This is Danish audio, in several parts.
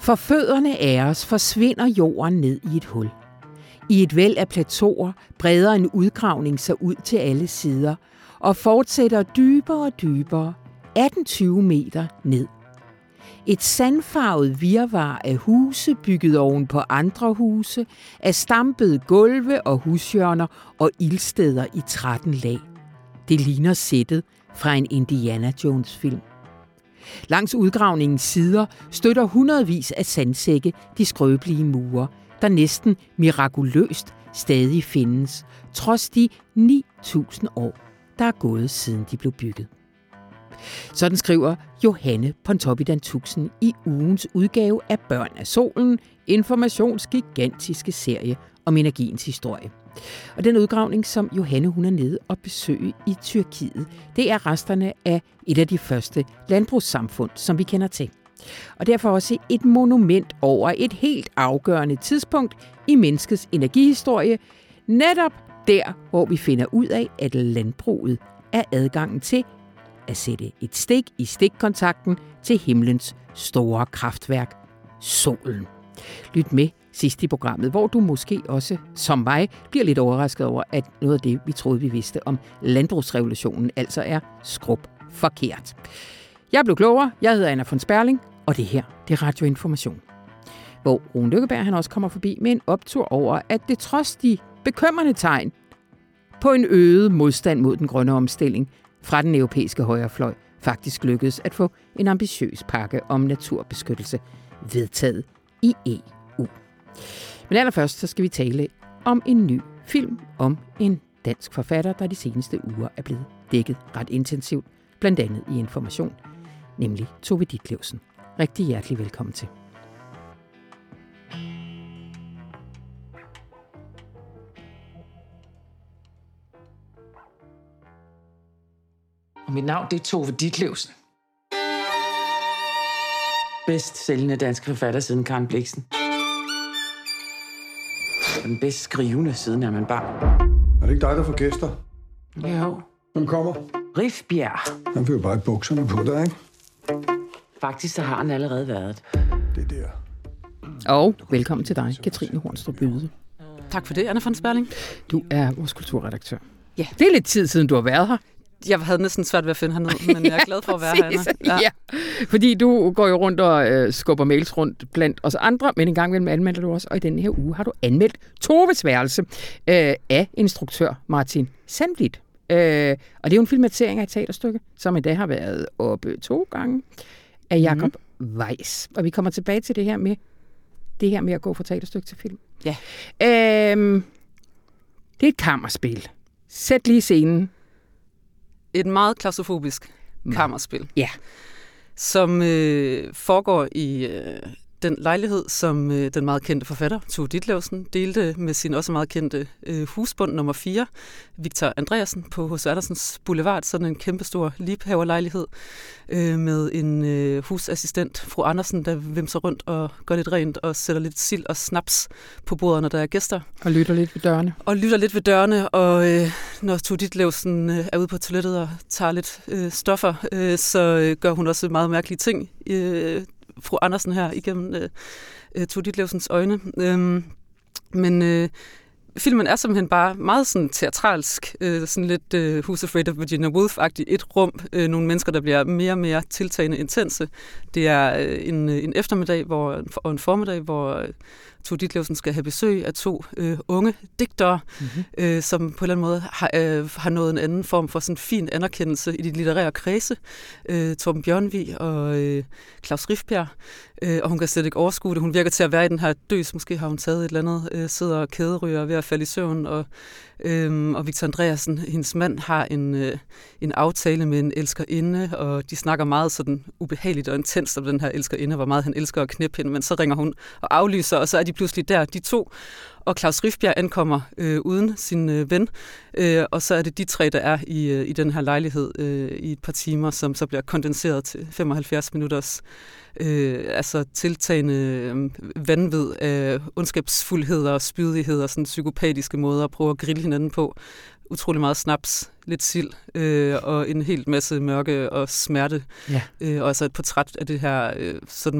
For fødderne af os forsvinder jorden ned i et hul. I et væld af plateauer breder en udgravning sig ud til alle sider og fortsætter dybere og dybere, 18-20 meter ned. Et sandfarvet virvar af huse bygget oven på andre huse, af stampede gulve og hushjørner og ildsteder i 13 lag. Det ligner sættet fra en Indiana Jones-film. Langs udgravningens sider støtter hundredvis af sandsække de skrøbelige mure, der næsten mirakuløst stadig findes, trods de 9.000 år, der er gået siden de blev bygget. Sådan skriver Johanne Pontoppidan Tuxen i ugens udgave af Børn af Solen, Informations gigantiske serie om energiens historie. Og den udgravning, som Johanne hun er nede og besøge i Tyrkiet, det er resterne af et af de første landbrugssamfund, som vi kender til. Og derfor også et monument over et helt afgørende tidspunkt i menneskets energihistorie, netop der, hvor vi finder ud af, at landbruget er adgangen til at sætte et stik i stikkontakten til himlens store kraftværk, solen. Lyt med sidst i programmet, hvor du måske også, som mig, bliver lidt overrasket over, at noget af det, vi troede, vi vidste om landbrugsrevolutionen, altså er skrub forkert. Jeg blev klogere. Jeg hedder Anna von Sperling, og det her, det er Radioinformation. Hvor Rune Lykkeberg, han også kommer forbi med en optur over, at det trods de bekymrende tegn på en øget modstand mod den grønne omstilling fra den europæiske højrefløj, faktisk lykkedes at få en ambitiøs pakke om naturbeskyttelse vedtaget i EU. Men allerførst så skal vi tale om en ny film om en dansk forfatter, der de seneste uger er blevet dækket ret intensivt, blandt andet i Information, nemlig Tove Ditlevsen. Rigtig hjertelig velkommen til. Og mit navn, det er Tove Ditlevsen. Bedst sælgende danske forfatter siden Karen Blixen. Og den bedst skrivende siden er man barn. Er det ikke dig, der får gæster? Jo. Hvem kommer? Rifbjerg. Han vil jo bare i bukserne på dig, ikke? Faktisk, så har han allerede været. Det der. Og velkommen til dig, Katrine Hornstrup Byde. Tak for det, Anna von Sperling. Du er vores kulturredaktør. Ja. Det er lidt tid siden, du har været her. Jeg havde næsten svært ved at finde hernede, men jeg er glad for at være her, Anna. Ja, fordi du går jo rundt og skubber mails rundt blandt os andre, men en gang imellem anmelder du også, og i denne her uge har du anmeldt Toves værelse af instruktør Martin Sandvliet. Og det er jo en filmatisering af et teaterstykke, som i dag har været oppe 2 gange af Jacob Weiss. Og vi kommer tilbage til det her med at gå fra teaterstykke til film. Ja. Det er et kammerspil. Sæt lige scenen. Et meget klaustrofobisk kammerspil, ja, som foregår i den lejlighed, som den meget kendte forfatter, Tove Ditlevsen, delte med sin også meget kendte husbund nummer 4, Victor Andreasen, på H.C. Andersens Boulevard, sådan en kæmpestor liebhaverlejlighed med en husassistent, fru Andersen, der vimser rundt og gør lidt rent og sætter lidt sild og snaps på bordet, når der er gæster. Og lytter lidt ved dørene. Og når Tove Ditlevsen er ude på toilettet og tager lidt stoffer, så gør hun også meget mærkelige ting, fru Andersen her, igennem Tove Ditlevsens øjne. Men filmen er simpelthen bare meget sådan teatralsk, sådan lidt Who's Afraid of Virginia Woolf-agtigt. Et rum, nogle mennesker, der bliver mere og mere tiltagende intense. Det er en eftermiddag og en formiddag, hvor Tove Ditlevsen skal have besøg af 2 unge digtere, som på en eller anden måde har nået en anden form for sådan fin anerkendelse i de litterære kredse. Torben Bjørnvig og Claus Rifbjerg. Og hun kan slet ikke overskue det. Hun virker til at være i den her døs. Måske har hun taget et eller andet, sidder og kæderyger ved at falde i søvn. Og Victor Andreasen, hendes mand, har en aftale med en elskerinde, og de snakker meget sådan ubehageligt og intenst om den her elskerinde, hvor meget han elsker at knæppe hende, men så ringer hun og aflyser, og så er de pludselig der, de 2. Og Claus Rifbjerg ankommer uden sin ven, og så er det de 3, der er i den her lejlighed i et par timer, som så bliver kondenseret til 75 minutters tiltagende vanvid af ondskabsfuldheder og spydigheder og sådan psykopatiske måder at prøve at grille hinanden på. Utrolig meget snaps, lidt sild og en hel masse mørke og smerte. Ja. Og altså et portræt af det her sådan meget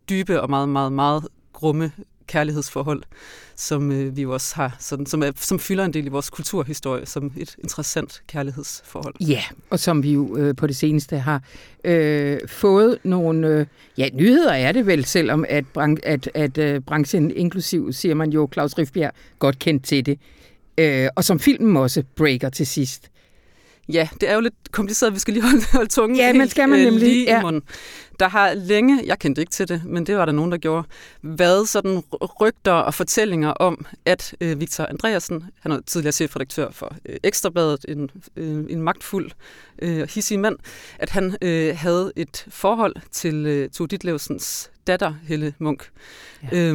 dybe og meget, meget, meget grumme kærlighedsforhold, som vi også har, sådan, som fylder en del i vores kulturhistorie som et interessant kærlighedsforhold. Ja, og som vi jo på det seneste har fået nogle nyheder er det vel, selvom at branchen inklusiv, siger man jo, Klaus Rifbjerg godt kendt til det, og som filmen også breaker til sidst. Ja, det er jo lidt kompliceret, vi skal lige holde tungen lige i munden. Der har længe, jeg kendte ikke til det, men det var der nogen, der gjorde, været sådan rygter og fortællinger om, at Victor Andreasen, han er tidligere chefredaktør for Ekstra Bladet, en magtfuld, hissig mand, at han havde et forhold til Tove Ditlevsens datter, Helle Munch. Ja.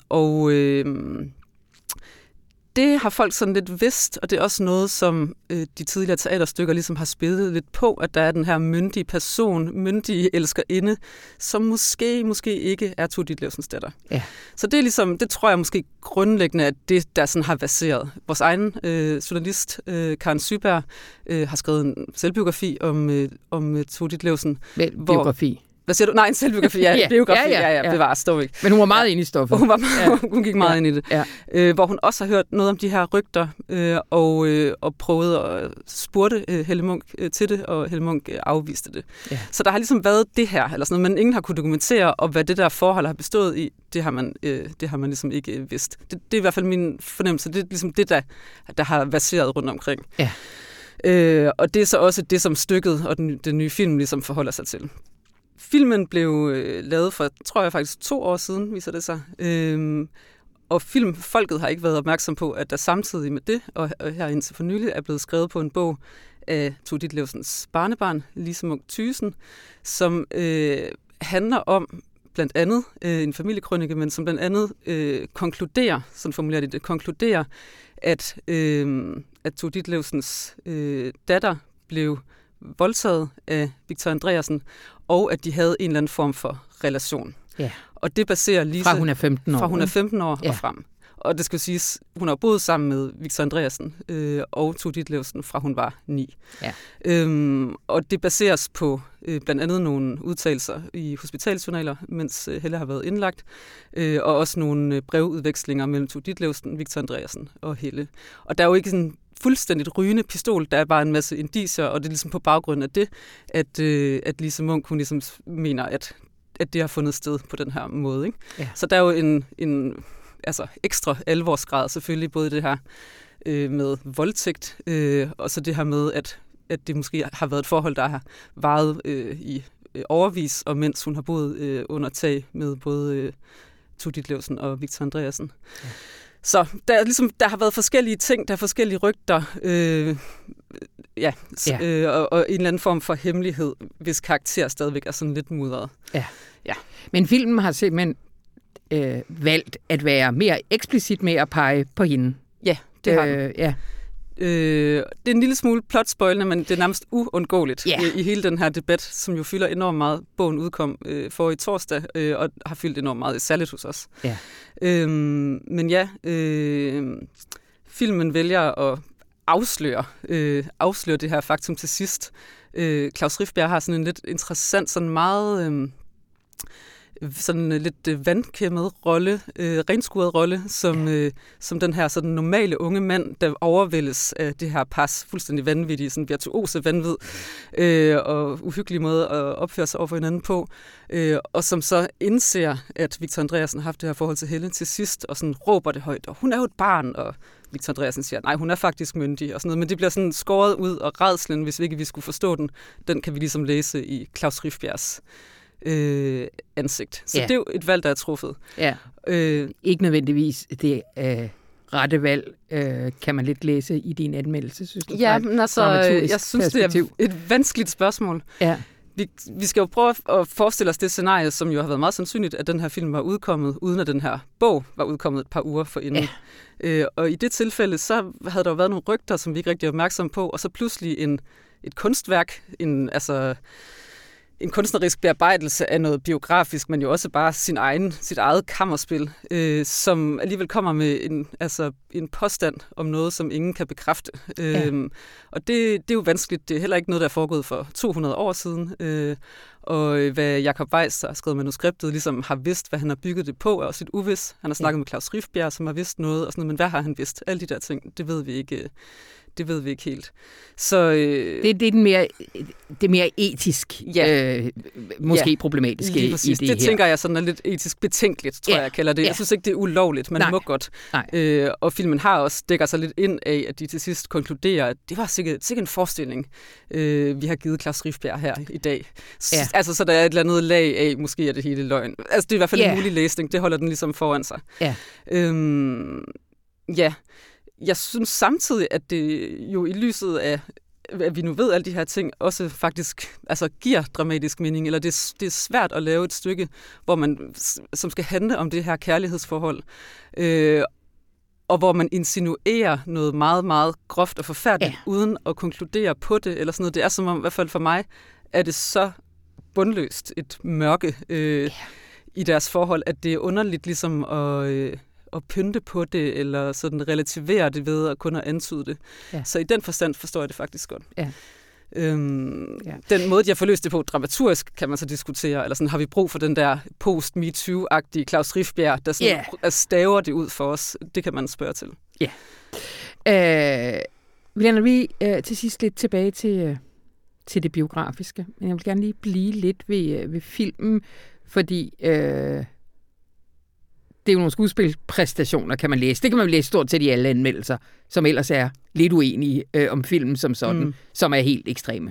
Det har folk sådan lidt vidst, og det er også noget, som de tidligere teaterstykker ligesom har spillet lidt på, at der er den her myndige person, myndige elskerinde, som måske ikke er Tove Ditlevsens datter. Ja. Så det er ligesom, det tror jeg måske grundlæggende, at det, der sådan har baseret. Vores egen journalist, Karen Syberg, har skrevet en selvbiografi om Tove Ditlevsen. Biografi? Hvad siger du? Nej, en selvbiografi. Ja, biografi. Ja. Bevares, dog ikke. Men hun var meget inde i stoffet. Hun gik meget ind i det. Ja. Hvor hun også har hørt noget om de her rygter, og prøvede at spurgte Helle Munch til det, og Helle Munch afviste det. Ja. Så der har ligesom været det her, eller sådan noget, men ingen har kunnet dokumentere, og hvad det der forhold har bestået i, det har man ligesom ikke vidst. Det er i hvert fald min fornemmelse. Det er ligesom det, der har verseret rundt omkring. Ja. Og det er så også det, som stykket og den nye film ligesom forholder sig til. Filmen blev lavet for, tror jeg faktisk, 2 år siden, viser det sig. Og filmfolket har ikke været opmærksom på, at der samtidig med det, og her indtil for nylig, er blevet skrevet på en bog af Tove Ditlevsens barnebarn, Lise Munch Thygesen, som handler om blandt andet en familiekrønike, men som blandt andet konkluderer, sådan formulerer det, konkluderer, at Tove Ditlevsens datter blev voldtaget af Victor Andreasen, og at de havde en eller anden form for relation. Ja. Og det baserer Lise... Fra hun er 15 år. Fra hun er 15 år og frem. Og det skal siges, hun har boet sammen med Victor Andreasen og Tove Ditlevsen, fra hun var 9. Ja. Og det baseres på blandt andet nogle udtalelser i hospitalsjournaler, mens Helle har været indlagt, og også nogle brevudvekslinger mellem Tove Ditlevsen, Victor Andreasen og Helle. Og der er jo ikke sådan fuldstændigt rygende pistol, der er bare en masse indicier, og det er ligesom på baggrund af det, at Lise Munch, hun ligesom mener, at det har fundet sted på den her måde. Ikke? Ja. Så der er jo en ekstra alvorsgrad selvfølgelig, både det her med voldtægt, og så det her med, at det måske har været et forhold, der har varet i overvis, og mens hun har boet under tag med både Tove Ditlevsen og Victor Andreasen. Ja. Så der har været forskellige ting, der er forskellige rygter, og en eller anden form for hemmelighed, hvis karakter stadigvæk er sådan lidt mudret. Ja. Ja. Men filmen har simpelthen valgt at være mere eksplicit med at pege på hende. Ja, det har den. Ja. Det er en lille smule plotspoilende, men det er nærmest uundgåeligt i hele den her debat, som jo fylder enormt meget. Bogen udkom for i torsdag, og har fyldt enormt meget, særligt hos os. Ja. Men filmen vælger at afsløre det her faktum til sidst. Klaus Rifbjerg har sådan en lidt interessant, sådan meget... sådan lidt vandkæmmet rolle, renskuret rolle, som den her sådan normale unge mand, der overvældes af det her pars fuldstændig vanvittige, sådan virtuose vanvid, og uhyggelige måde at opføre sig over for hinanden på, og som så indser, at Victor Andreasen har haft det her forhold til Helle til sidst, og sådan råber det højt, og hun er jo et barn, og Victor Andreasen siger, nej, hun er faktisk myndig, og sådan noget, men det bliver sådan skåret ud, og rædslen, hvis vi ikke skulle forstå den kan vi ligesom læse i Klaus Rifbjergs ansigt. Så det er jo et valg, der er truffet. Ja. Ikke nødvendigvis det rette valg, kan man lidt læse i din anmeldelse, synes du? Ja, men altså, jeg synes, det er et vanskeligt spørgsmål. Ja. Vi skal jo prøve at forestille os det scenarie, som jo har været meget sandsynligt, at den her film var udkommet, uden at den her bog var udkommet et par uger forinden. Ja. Og i det tilfælde, så havde der jo været nogle rygter, som vi ikke rigtig er opmærksom på, og så pludselig et kunstværk, en kunstnerisk bearbejdelse af noget biografisk, men jo også bare sit eget kammerspil, som alligevel kommer med en påstand om noget, som ingen kan bekræfte. Og det er jo vanskeligt. Det er heller ikke noget, der er foregået for 200 år siden. Og hvad Jacob Weiss, der har skrevet manuskriptet, ligesom har vidst, hvad han har bygget det på, er også et uvis. Han har snakket med Klaus Rifbjerg, som har vidst noget, og sådan noget, men hvad har han vidst? Alle de der ting, det ved vi ikke. Det ved vi ikke helt. Så, det er mere etisk, måske problematiske i det her. Det tænker jeg sådan er lidt etisk betænkeligt, tror jeg kalder det. Jeg synes ikke, det er ulovligt, men det må godt. Og filmen har også dækker sig lidt ind af, at de til sidst konkluderer, at det var sikkert en forestilling, vi har givet Klaus Rifbjerg her i dag. Altså, så der er et eller andet lag af, måske er det hele løgn. Altså, det er i hvert fald en mulig læsning. Det holder den ligesom foran sig. Jeg synes samtidig, at det jo i lyset af, at vi nu ved alle de her ting, også faktisk giver dramatisk mening, eller det er svært at lave et stykke, som skal handle om det her kærlighedsforhold, og hvor man insinuerer noget meget, meget groft og forfærdeligt, uden at konkludere på det, eller sådan noget. Det er som om, i hvert fald for mig, er det så bundløst et mørke i deres forhold, at det er underligt ligesom at pynte på det, eller sådan relativere det ved at kun at antyde det. Så i den forstand forstår jeg det faktisk godt. Den måde, jeg får løst det på dramaturgisk, kan man så diskutere, eller sådan, har vi brug for den der post-MeToo-agtige Klaus Rifbjerg, der sådan staver det ud for os? Det kan man spørge til. Vi lander lige til sidst lidt tilbage til det biografiske, men jeg vil gerne lige blive lidt ved filmen, fordi det er jo nogle skuespilpræstationer, kan man læse. Det kan man jo læse stort set i alle anmeldelser, som ellers er lidt uenige om filmen som sådan, som er helt ekstreme.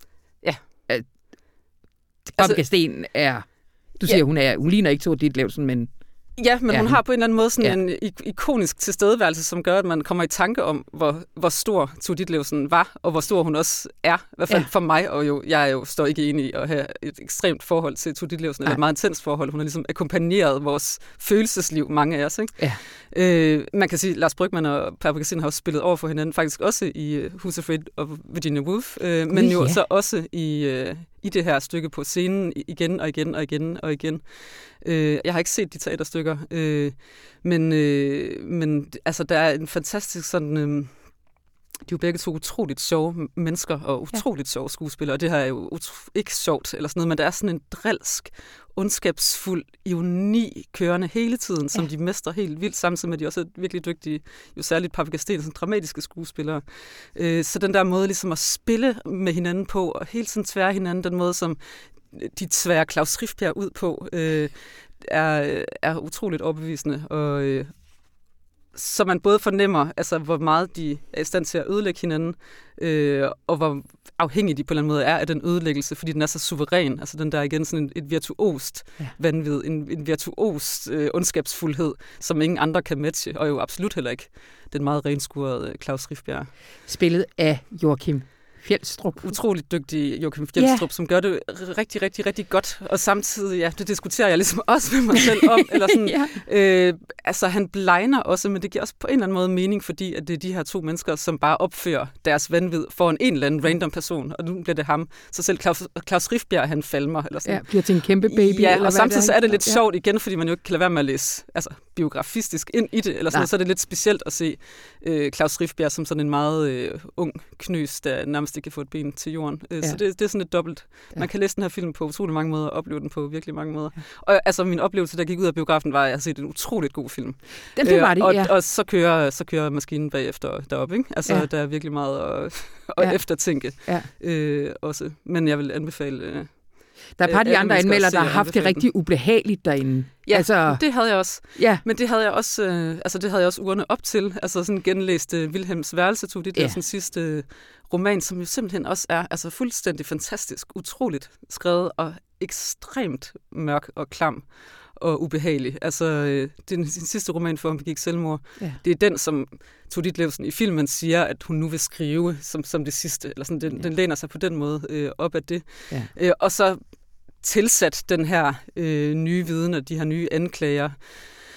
Barbara Sten er, du siger, hun ligner ikke Tove Ditlevsen, men... Ja, men hun har på en eller anden måde sådan en ikonisk tilstedeværelse, som gør, at man kommer i tanke om, hvor stor Tove Ditlevsen var, og hvor stor hun også er. I hvert fald for mig, og jeg står ikke enig i at have et ekstremt forhold til Tove Ditlevsen, eller et meget intens forhold. Hun har ligesom akkompagneret vores følelsesliv, mange af os. Ikke? Man kan sige, at Lars Brygmann og Barbara Sten har også spillet over for hinanden, faktisk også i Who's Afraid of Virginia Woolf, men jo så også i det her stykke på scenen igen og igen og igen og igen. Jeg har ikke set de teaterstykker, men altså, der er en fantastisk sådan... de er jo begge to utroligt sjove mennesker og utroligt sjove skuespillere, og det her er jo ikke sjovt eller sådan noget, men der er sådan en drilsk, ondskabsfuld ironi kørende hele tiden, som de mestrer helt vildt, samtidig med, at de også er virkelig dygtige, jo særligt Barbara Sten, sådan dramatiske skuespillere. Så den der måde ligesom at spille med hinanden på, og hele tiden tvære hinanden, den måde, som de tværer Klaus Rifbjerg ud på, er utroligt overbevisende, og så man både fornemmer, hvor meget de er i stand til at ødelægge hinanden, og hvor afhængige de på en eller anden måde er af den ødelæggelse, fordi den er så suveræn. Altså den der igen sådan et virtuost vanvid, en virtuost ondskabsfuldhed, som ingen andre kan matche, og jo absolut heller ikke den meget renskurede Klaus Rifbjerg. Spillet af Joachim Fjeldstrup. Utroligt dygtig Joachim Fjeldstrup, som gør det rigtig, rigtig, rigtig godt. Og samtidig, det diskuterer jeg ligesom også med mig selv om. Eller sådan, han blegner også, men det giver også på en eller anden måde mening, fordi at det er de her to mennesker, som bare opfører deres vanvid foran en eller anden random person, og nu bliver det ham. Så selv Klaus Rifbjerg, han falmer. Eller sådan. Bliver til en kæmpe baby. Ja, eller og samtidig så er det lidt sjovt igen, fordi man jo ikke kan lade være med at læse biografistisk ind i det, eller sådan, så er det lidt specielt at se Klaus Rifbjerg som sådan en meget ung knøs, der nærmest ikke kan få et ben til jorden. Så det er sådan lidt dobbelt. Man kan læse den her film på utrolig mange måder, og opleve den på virkelig mange måder. Og altså, min oplevelse, der gik ud af biografen, var, at jeg har set en utroligt god film. Den film var det, og så kører maskinen bagefter deroppe, ikke? Altså, der er virkelig meget at eftertænke også. Men jeg vil anbefale... Der er et par af de andre anmelder, der har haft det rigtig ubehageligt derinde. Ja, det havde jeg også. Ja. Men det havde jeg også, det havde jeg også ugerne op til. Altså sådan genlæste Wilhelms værelse, det der sådan sidste roman, som jo simpelthen også er fuldstændig fantastisk, utroligt skrevet og ekstremt mørk og klam og ubehagelig. Altså, det er den sidste roman for, om vi gik selvmord. Ja. Det er den, som Tove Ditlevsen i filmen siger, at hun nu vil skrive som det sidste. Eller sådan, den læner sig på den måde op af det. Ja. Og så tilsat den her nye viden og de her nye anklager.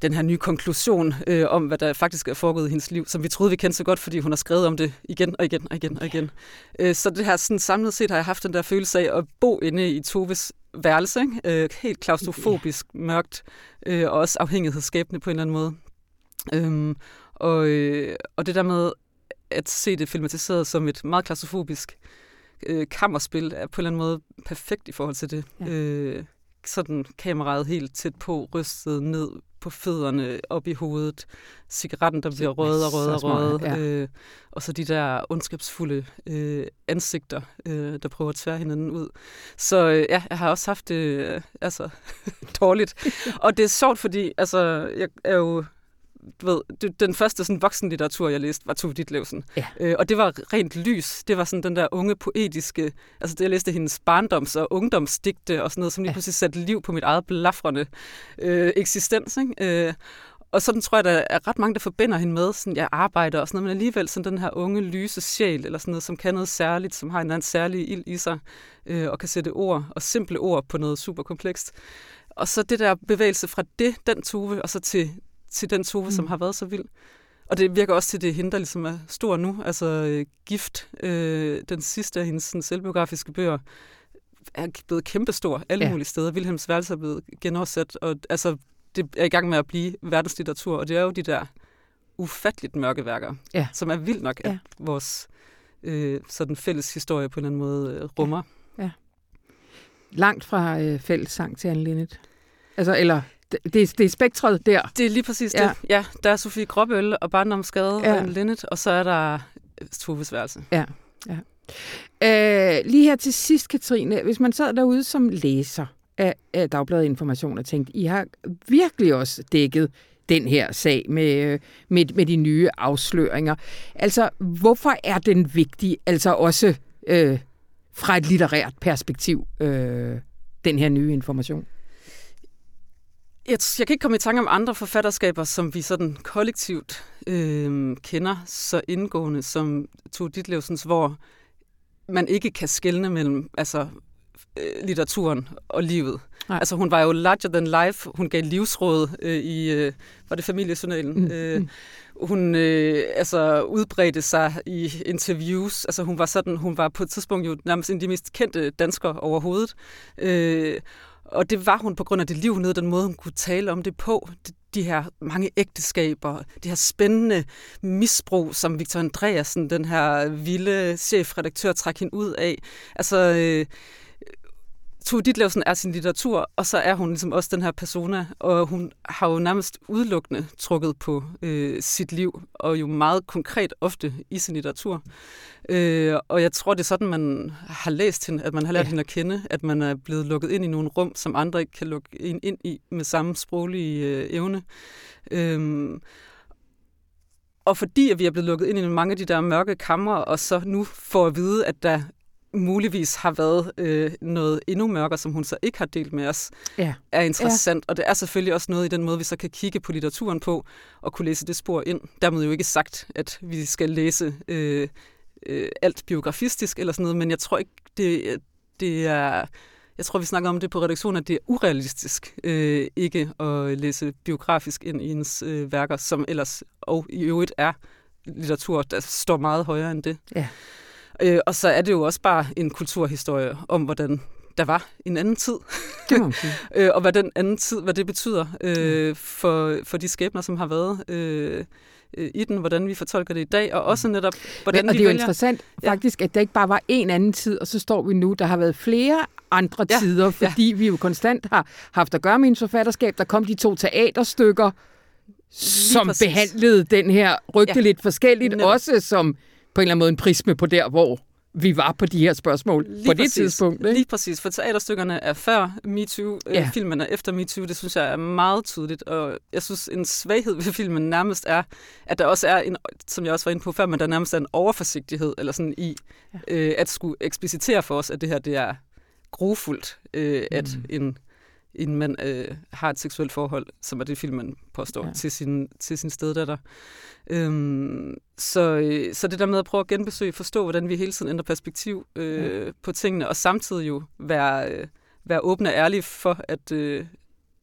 den her nye konklusion om, hvad der faktisk er foregået i hendes liv, som vi troede, vi kendte så godt, fordi hun har skrevet om det igen og igen og igen og igen. Så det her sådan, samlet set har jeg haft den der følelse af at bo inde i Toves værelse, ikke? Helt klaustrofobisk, mørkt, og også afhængighedsskabende på en eller anden måde. Og det der med at se det filmatiseret som et meget klaustrofobisk kammerspil, er på en eller anden måde perfekt i forhold til det. Ja. Sådan kameraet helt tæt på, rystet ned på fødderne, op i hovedet, cigaretten, der bliver røget og røget og røget, og så de der ondskabsfulde ansigter, der prøver at tvære hinanden ud. Så jeg har også haft det dårligt. Og det er sjovt, fordi jeg er jo den første sådan voksenlitteratur, jeg læste, var Tove Ditlevsen. Ja. Og det var rent lys. Det var sådan den der unge, poetiske... Altså, det jeg læste hendes barndoms- og ungdomsdigte og sådan noget, som lige pludselig satte liv på mit eget blafrende eksistens. Ikke? Og sådan tror jeg, der er ret mange, der forbinder hende med sådan, jeg arbejder og sådan noget, men alligevel sådan den her unge, lyse sjæl, eller sådan noget, som kan noget særligt, som har en anden særlig ild i sig, og kan sætte ord og simple ord på noget super komplekst. Og så det der bevægelse fra den Tove, og så til den Tove, som har været så vild. Og det virker også til det hende, der ligesom er stor nu. Altså Gift, den sidste af hendes sådan, selvbiografiske bøger, er blevet kæmpestor alle mulige steder. Vilhelms værelse er blevet genoversat, og altså, det er i gang med at blive verdenslitteratur, og det er jo de der ufatteligt mørke værker, som er vildt nok, at vores sådan fælles historie på en eller anden måde rummer. Ja. Langt fra fællessang til Anne Linnet. Altså, eller... Det er spektret der. Det er lige præcis det. Ja, der er Sofie Gråbøl og Barndomsgade og Anne Linnet, og så er der Toves værelse. Ja. Lige her til sidst, Katrine, hvis man sad derude som læser af Dagbladet Information og tænkte, I har virkelig også dækket den her sag med de nye afsløringer. Altså, hvorfor er den vigtig? Altså også fra et litterært perspektiv, den her nye information? Jeg kan ikke komme i tanke om andre forfatterskaber, som vi sådan kollektivt kender så indgående som Tove Ditlevsens, hvor man ikke kan skelne mellem litteraturen og livet. Nej. Altså hun var jo larger than life. Hun gav livsråd i var det Familiejournalen. Hun udbredte sig i interviews. Altså hun var på et tidspunkt jo nærmest en af de mest kendte danskere overhovedet. Og det var hun på grund af det liv, hun havde, den måde, hun kunne tale om det på. De her mange ægteskaber, det her spændende misbrug, som Victor Andreasen, den her vilde chefredaktør, trak hende ud af. Altså, Tove Ditlevsen er sin litteratur, og så er hun ligesom også den her persona, og hun har jo nærmest udelukkende trukket på sit liv, og jo meget konkret ofte i sin litteratur. Og jeg tror, det er sådan, man har læst hende, at man har lært hende at kende, at man er blevet lukket ind i nogle rum, som andre ikke kan lukke ind i med samme sproglige evne. Og fordi at vi er blevet lukket ind i mange af de der mørke kamre, og så nu får at vide, at der muligvis har været noget endnu mørkere, som hun så ikke har delt med os, er interessant. Og det er selvfølgelig også noget i den måde, vi så kan kigge på litteraturen på, og kunne læse det spor ind. Dermed jo ikke sagt, at vi skal læse alt biografistisk eller sådan noget, men jeg tror ikke, det er... Jeg tror, vi snakker om det på redaktionen, at det er urealistisk ikke at læse biografisk ind i hendes værker, som ellers og i øvrigt er litteratur, der står meget højere end det. Ja. Og så er det jo også bare en kulturhistorie om, hvordan der var en anden tid. Og hvad den anden tid, hvad det betyder for de skæbner, som har været i den, hvordan vi fortolker det i dag, og også netop, hvordan og vi det er vælger. Jo interessant faktisk, at der ikke bare var en anden tid, og så står vi nu, der har været flere andre tider, fordi vi jo konstant har haft at gøre med en forfatterskab. Der kom de 2 teaterstykker, som behandlede den her rygte lidt forskelligt, netop. Også som på en eller anden måde en prisme på der, hvor vi var på de her spørgsmål på det tidspunkt. Ikke? Lige præcis, for teaterstykkerne er før MeToo, filmen er efter MeToo, det synes jeg er meget tydeligt, og jeg synes en svaghed ved filmen nærmest er, at der også er en, som jeg også var inde på før, men der nærmest er en overforsigtighed, eller sådan i, at skulle eksplicitere for os, at det her, det er grufuldt, at en mand har et seksuelt forhold, som er det filmen påstår, til sin steddatter. Så det der med at prøve at genbesøge, forstå, hvordan vi hele tiden ændrer perspektiv på tingene, og samtidig jo være åbne og ærlige for,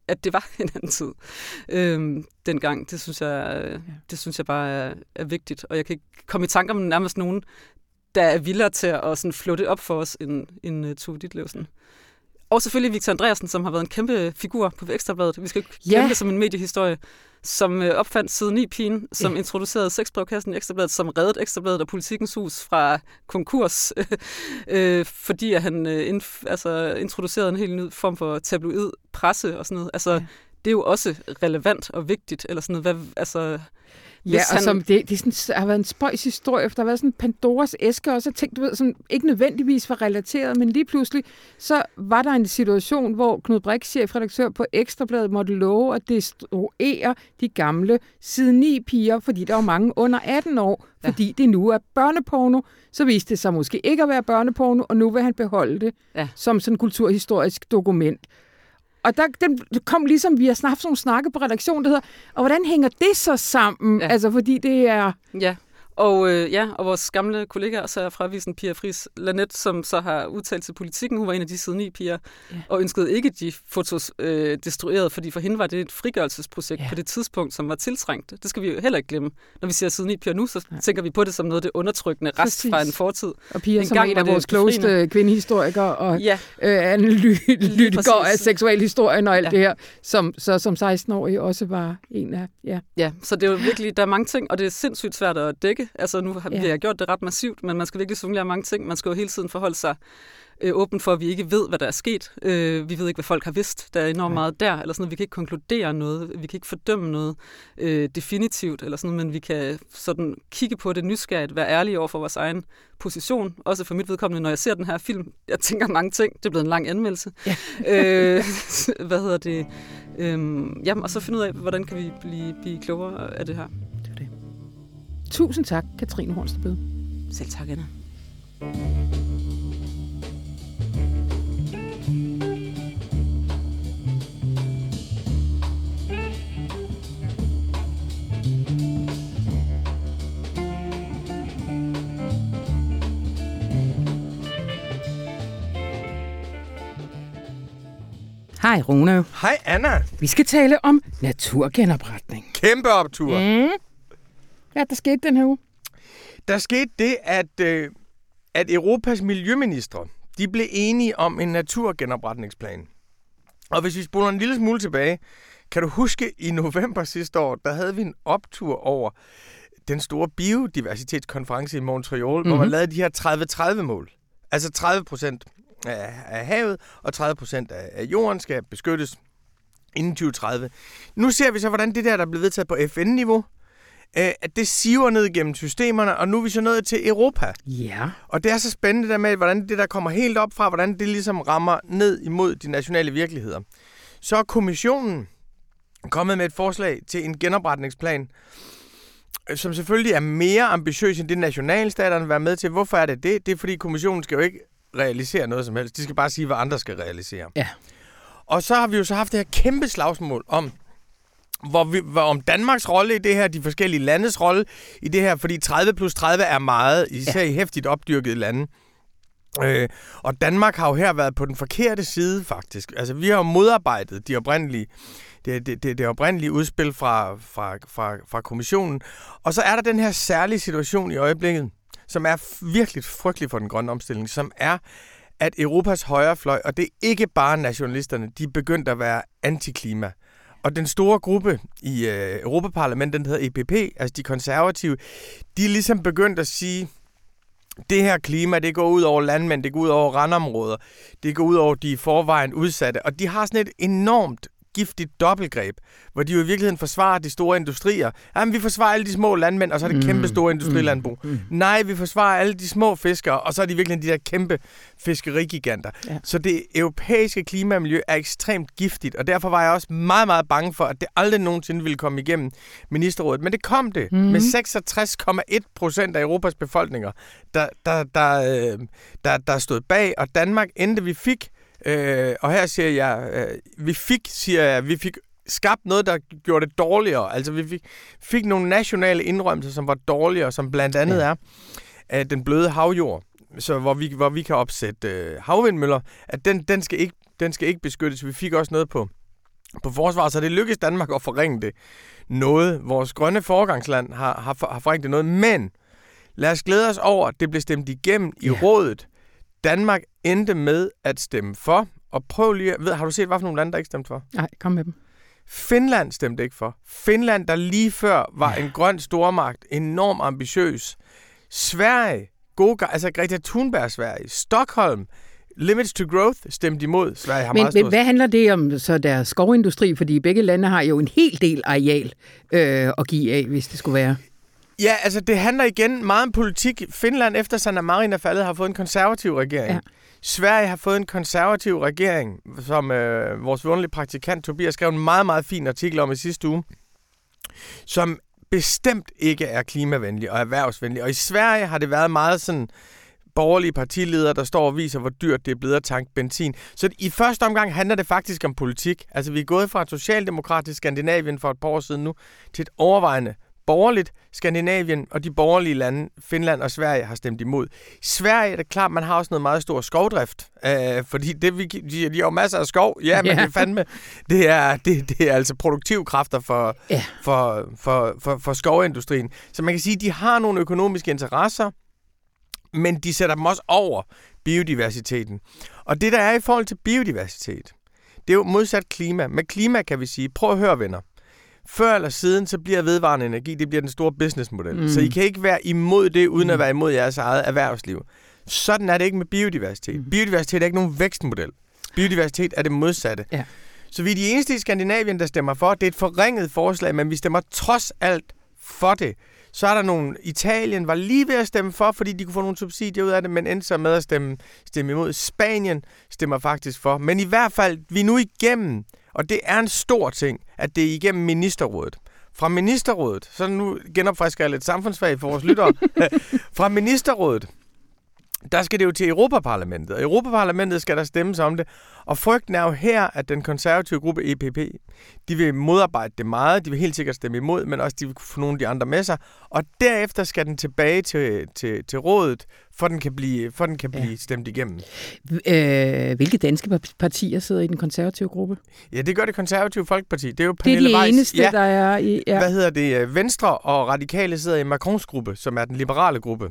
at det var en anden tid dengang. Det synes jeg bare er vigtigt, og jeg kan ikke komme i tanke om nærmest nogen, der er vildere til at sådan flå det op for os end Tove Ditlevsen. Og selvfølgelig Victor Andreasen, som har været en kæmpe figur på Ekstrabladet. Vi skal ikke glemme det som en mediehistorie, som opfandt Side 9-pigen, som introducerede sexbrevkassen i Ekstrabladet, som reddede Ekstrabladet og Politikens Hus fra konkurs, fordi at han introducerede en helt ny form for tabloid presse og sådan noget. Altså, det er jo også relevant og vigtigt, eller sådan noget. Ja, og som det sådan, har været en spøjs historie, for der har været sådan Pandoras æske, og så tænkte du ved, som ikke nødvendigvis var relateret, men lige pludselig, så var der en situation, hvor Knud Brix, chefredaktør på Ekstrabladet, måtte love at destruere de gamle Side 9-piger, fordi der var mange under 18 år, fordi det nu er børneporno. Så viste det sig måske ikke at være børneporno, og nu vil han beholde det som sådan kulturhistorisk dokument. Og den kom ligesom, vi har snart sådan nogle snakke på redaktionen, der hedder, og hvordan hænger det så sammen? Ja. Altså, fordi det er... Ja. Og vores gamle kollega også fra avisen, Pia Friis Lanet, som så har udtalt til Politikken, hun var en af de Side 9-piger, og ønskede ikke de fotos destrueret, fordi for hende var det et frigørelsesprojekt på det tidspunkt, som var tiltrængt. Det skal vi jo heller ikke glemme. Når vi siger Side 9-piger nu, så tænker vi på det som noget det undertrykkende rest fra en fortid. Og Pia, som er en af vores klogeste kvindehistorikere og analytikere af seksualhistorien og alt det her, som 16-årig også var en af... Ja, så det er jo virkelig, der er mange ting, og det er sindssygt svært at dække. Altså nu har vi gjort det ret massivt, men man skal virkelig jonglere mange ting. Man skal jo hele tiden forholde sig åben for, at vi ikke ved, hvad der er sket. Vi ved ikke, hvad folk har vidst. Der er enormt meget der, eller sådan noget. Vi kan ikke konkludere noget. Vi kan ikke fordømme noget definitivt, eller sådan noget, men vi kan sådan kigge på det nysgerrigt, være ærlige over for vores egen position. Også for mit vedkommende, når jeg ser den her film. Jeg tænker mange ting. Det er blevet en lang anmeldelse. Og så finde ud af, hvordan kan vi blive klogere af det her. Det er det. Tusind tak, Katrine Hornstedt. Selv tak, Anna. Hej Rune. Hej Anna. Vi skal tale om naturgenopretning. Kæmpe optur. Ja, der skete den her uge. Der skete det, at Europas miljøministre, de blev enige om en naturgenopretningsplan. Og hvis vi spoler en lille smule tilbage, kan du huske, i november sidste år, der havde vi en optur over den store biodiversitetskonference i Montreal, hvor man lavede de her 30-30-mål. Altså 30% af havet og 30% af jorden skal beskyttes inden 2030. Nu ser vi så, hvordan det der er blevet vedtaget på FN-niveau, at det siver ned gennem systemerne, og nu er vi så nået til Europa. Ja. Og det er så spændende der med, hvordan det der kommer helt op fra, hvordan det ligesom rammer ned imod de nationale virkeligheder. Så er kommissionen kommet med et forslag til en genopretningsplan, som selvfølgelig er mere ambitiøs end det nationalstaterne vil være med til. Hvorfor er det det? Det er fordi kommissionen skal jo ikke realisere noget som helst. De skal bare sige, hvad andre skal realisere. Ja. Og så har vi jo så haft det her kæmpe slagsmål om Danmarks rolle i det her, de forskellige landes rolle i det her, fordi 30+30 er meget, især i hæftigt opdyrkede lande. Og Danmark har jo her været på den forkerte side, faktisk. Altså, vi har jo modarbejdet det oprindelige udspil fra kommissionen. Og så er der den her særlige situation i øjeblikket, som er virkelig frygtelig for den grønne omstilling, som er, at Europas højrefløj, og det er ikke bare nationalisterne, de er begyndt at være antiklima. Og den store gruppe i Europaparlamentet, den hedder EPP, altså de konservative, de er ligesom begyndt at sige, det her klima, det går ud over landmænd, det går ud over randområder, det går ud over de i forvejen udsatte, og de har sådan et enormt giftigt dobbeltgreb, hvor de jo i virkeligheden forsvarer de store industrier. Jamen, vi forsvarer alle de små landmænd, og så er det kæmpe store industrilandbrug. Nej, vi forsvarer alle de små fiskere, og så er de virkelig de der kæmpe fiskerigiganter. Ja. Så det europæiske klimamiljø er ekstremt giftigt, og derfor var jeg også meget, meget bange for, at det aldrig nogensinde ville komme igennem ministerrådet. Men det kom det med 66,1% af Europas befolkninger, der stod bag, og Danmark endte, vi fik og her siger jeg, vi fik skabt noget, der gjorde det dårligere. Altså vi fik nogle nationale indrømmelser, som var dårligere, som blandt andet er den bløde havjord, så hvor vi kan opsætte havvindmøller, at den skal ikke beskyttes. Vi fik også noget på på forsvar, så det lykkedes Danmark at forringe det noget. Vores grønne foregangsland har forringet det noget, men lad os glæde os over, at det blev stemt igennem i rådet. Danmark endte med at stemme for, og prøv lige, har du set, hvad for nogle lande, der ikke stemte for? Nej, kom med dem. Finland stemte ikke for. Finland, der lige før var en grøn stormagt, enormt ambitiøs. Sverige, altså Greta Thunberg Sverige, Stockholm, Limits to Growth stemte imod. Sverige har meget Men hvad handler det om, så deres skovindustri? Fordi begge lande har jo en hel del areal at give af, hvis det skulle være. Ja, altså det handler igen meget om politik. Finland, efter Sanna Marin er faldet, har fået en konservativ regering. Ja. Sverige har fået en konservativ regering, som vores vidunderlige praktikant Tobias skrev en meget, meget fin artikel om i sidste uge, som bestemt ikke er klimavenlig og erhvervsvenlig. Og i Sverige har det været meget sådan borgerlige partiledere, der står og viser, hvor dyrt det er blevet at tanke benzin. Så i første omgang handler det faktisk om politik. Altså vi er gået fra et socialdemokratisk Skandinavien for et par år siden nu, til et overvejende borgerligt Skandinavien, og de borgerlige lande, Finland og Sverige, har stemt imod. I Sverige er det klart, man har også noget meget stor skovdrift, fordi de har jo masser af skov. Ja, men det er altså produktivkræfter for skovindustrien. Så man kan sige, at de har nogle økonomiske interesser, men de sætter dem også over biodiversiteten. Og det, der er i forhold til biodiversitet, det er jo modsat klima. Med klima kan vi sige, prøv at høre, venner. Før eller siden, så bliver vedvarende energi, det bliver den store businessmodel. Så I kan ikke være imod det, uden at være imod jeres eget erhvervsliv. Sådan er det ikke med biodiversitet. Biodiversitet er ikke nogen vækstmodel. Biodiversitet er det modsatte. Ja. Så vi er de eneste i Skandinavien, der stemmer for. Det er et forringet forslag, men vi stemmer trods alt for det. Så er der nogle... Italien var lige ved at stemme for, fordi de kunne få nogle subsidier ud af det, men endte så med at stemme imod. Spanien stemmer faktisk for. Men i hvert fald, vi er nu igennem, og det er en stor ting, at det er igennem ministerrådet. Fra ministerrådet, så nu genopfrisker jeg lidt samfundsfag for vores lyttere. Fra ministerrådet, der skal det jo til Europaparlamentet, og Europaparlamentet skal der stemmes om det. Og frygten er jo her, at den konservative gruppe EPP, de vil modarbejde det meget, de vil helt sikkert stemme imod, men også de vil få nogle af de andre med sig. Og derefter skal den tilbage til rådet, for den kan blive stemt igennem. Hvilke danske partier sidder i den konservative gruppe? Ja, det gør det konservative Folkeparti. Det er jo Pernille Weiss. Det er de eneste, der er i... Ja. Hvad hedder det? Venstre og Radikale sidder i Macrons gruppe, som er den liberale gruppe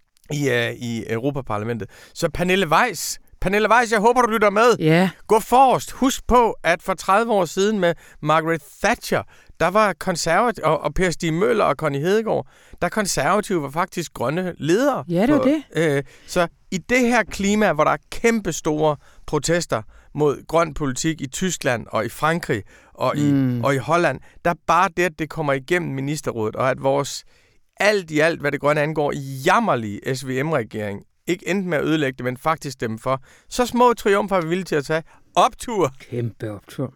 i Europaparlamentet. Så Pernille Weiss, jeg håber, du lytter med. Yeah. Gå forrest. Husk på, at for 30 år siden med Margaret Thatcher, der var konservative, og Per Stig Møller og Connie Hedegaard, der konservative var faktisk grønne ledere. Ja, det var det. Så i det her klima, hvor der er kæmpe store protester mod grøn politik i Tyskland og i Frankrig og i Holland, der er bare det, at det kommer igennem ministerrådet, og at vores alt i alt, hvad det grønne angår, jammerlige SVM-regering ikke endte med at ødelægge det, men faktisk stemme for. Så små triumfer er vi villige til at tage. Optur! Kæmpe optur.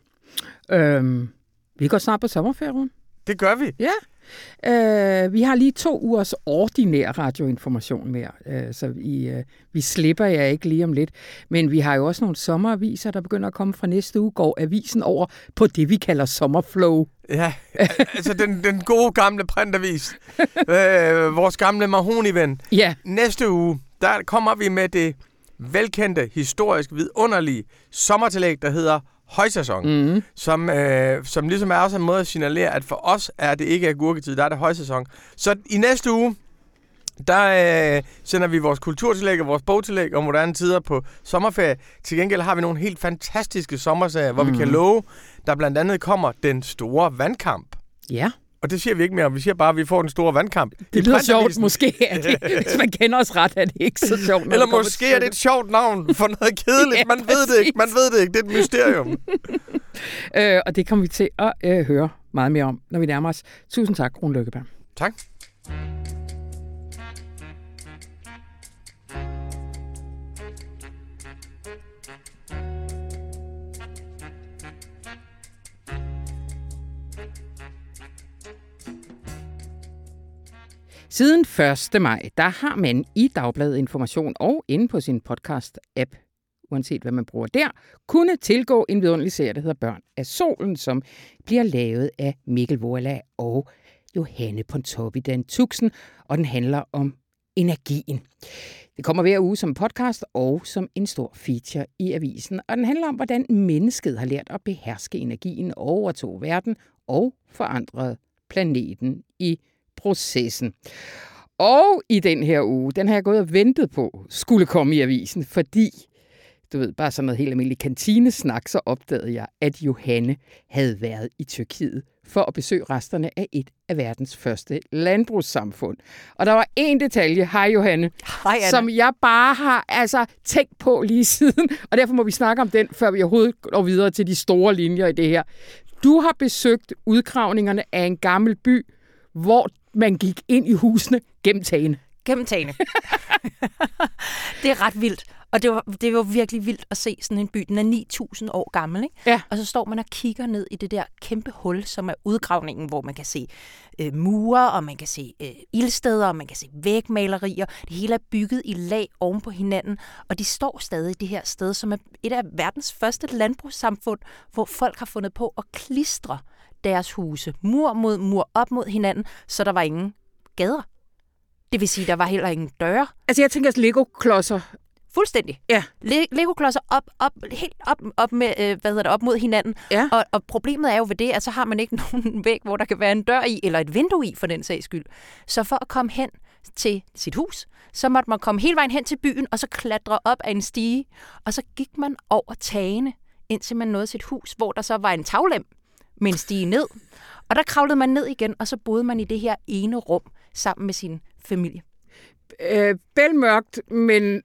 Vi går snart på sommerferien. Det gør vi. Ja. Vi har lige 2 ugers ordinær radioinformation mere, så vi slipper jer ikke lige om lidt. Men vi har jo også nogle sommeraviser, der begynder at komme fra næste uge. Går avisen over på det, vi kalder sommerflow. Ja, altså den gode gamle printavis. Vores gamle mahogni-ven. Ja. Næste uge, der kommer vi med det velkendte, historisk vidunderlige sommertillæg, der hedder højsæson, som ligesom er også en måde at signalere, at for os er det ikke agurketid, der er det højsæson. Så i næste uge, der sender vi vores kulturtillæg og vores bogtillæg og moderne tider på sommerferie. Til gengæld har vi nogle helt fantastiske sommerserier, hvor vi kan love, der blandt andet kommer den store vandkamp. Ja. Og det siger vi ikke mere om. Vi siger bare, at vi får den store vandkamp. Det lyder sjovt. Måske er det, hvis man kender os ret, er det ikke så sjovt. Eller måske er det et sjovt navn for noget kedeligt. Ja, man ved det ikke. Man ved det ikke. Det er et mysterium. Og det kommer vi til at høre meget mere om, når vi nærmer os. Tusind tak, Rune Lykkeberg. Tak. Siden 1. maj, der har man i Dagbladet Information og inde på sin podcast-app, uanset hvad man bruger der, kunne tilgå en vidunderlig serie, der hedder Børn af Solen, som bliver lavet af Mikkel Vorla og Johanne Pontoppidan Tuxen, og den handler om energien. Det kommer hver uge som podcast og som en stor feature i avisen, og den handler om, hvordan mennesket har lært at beherske energien, overtog verden og forandret planeten i processen. Og i den her uge, den har jeg gået og ventet på, skulle komme i avisen, fordi, du ved, bare sådan noget helt almindeligt kantinesnak, så opdagede jeg, at Johanne havde været i Tyrkiet for at besøge resterne af et af verdens første landbrugssamfund. Og der var en detalje, hej Johanne, som jeg bare har tænkt på lige siden, og derfor må vi snakke om den, før vi overhovedet går videre til de store linjer i det her. Du har besøgt udgravningerne af en gammel by, hvor man gik ind i husene gennem tagene. Gennem tagene. Det er ret vildt. Og det var virkelig vildt at se sådan en by. Den er 9.000 år gammel, ikke? Ja. Og så står man og kigger ned i det der kæmpe hul, som er udgravningen, hvor man kan se mure, og man kan se ildsteder, og man kan se vægmalerier. Det hele er bygget i lag oven på hinanden, og de står stadig det her sted, som er et af verdens første landbrugssamfund, hvor folk har fundet på at klistre deres huse mur mod mur op mod hinanden, så der var ingen gader. Det vil sige, der var heller ingen døre. Altså jeg tænker, at Lego-klodser. Fuldstændig. Ja. Lego-klodser op med op mod hinanden. Ja. Og problemet er jo ved det, at så har man ikke nogen væg, hvor der kan være en dør i, eller et vindue i, for den sags skyld. Så for at komme hen til sit hus, så måtte man komme hele vejen hen til byen, og så klatre op ad en stige. Og så gik man over tagene, indtil man nåede sit hus, hvor der så var en taglem med en stige ned. Og der kravlede man ned igen, og så boede man i det her ene rum sammen med sin familie. Bælmørkt, men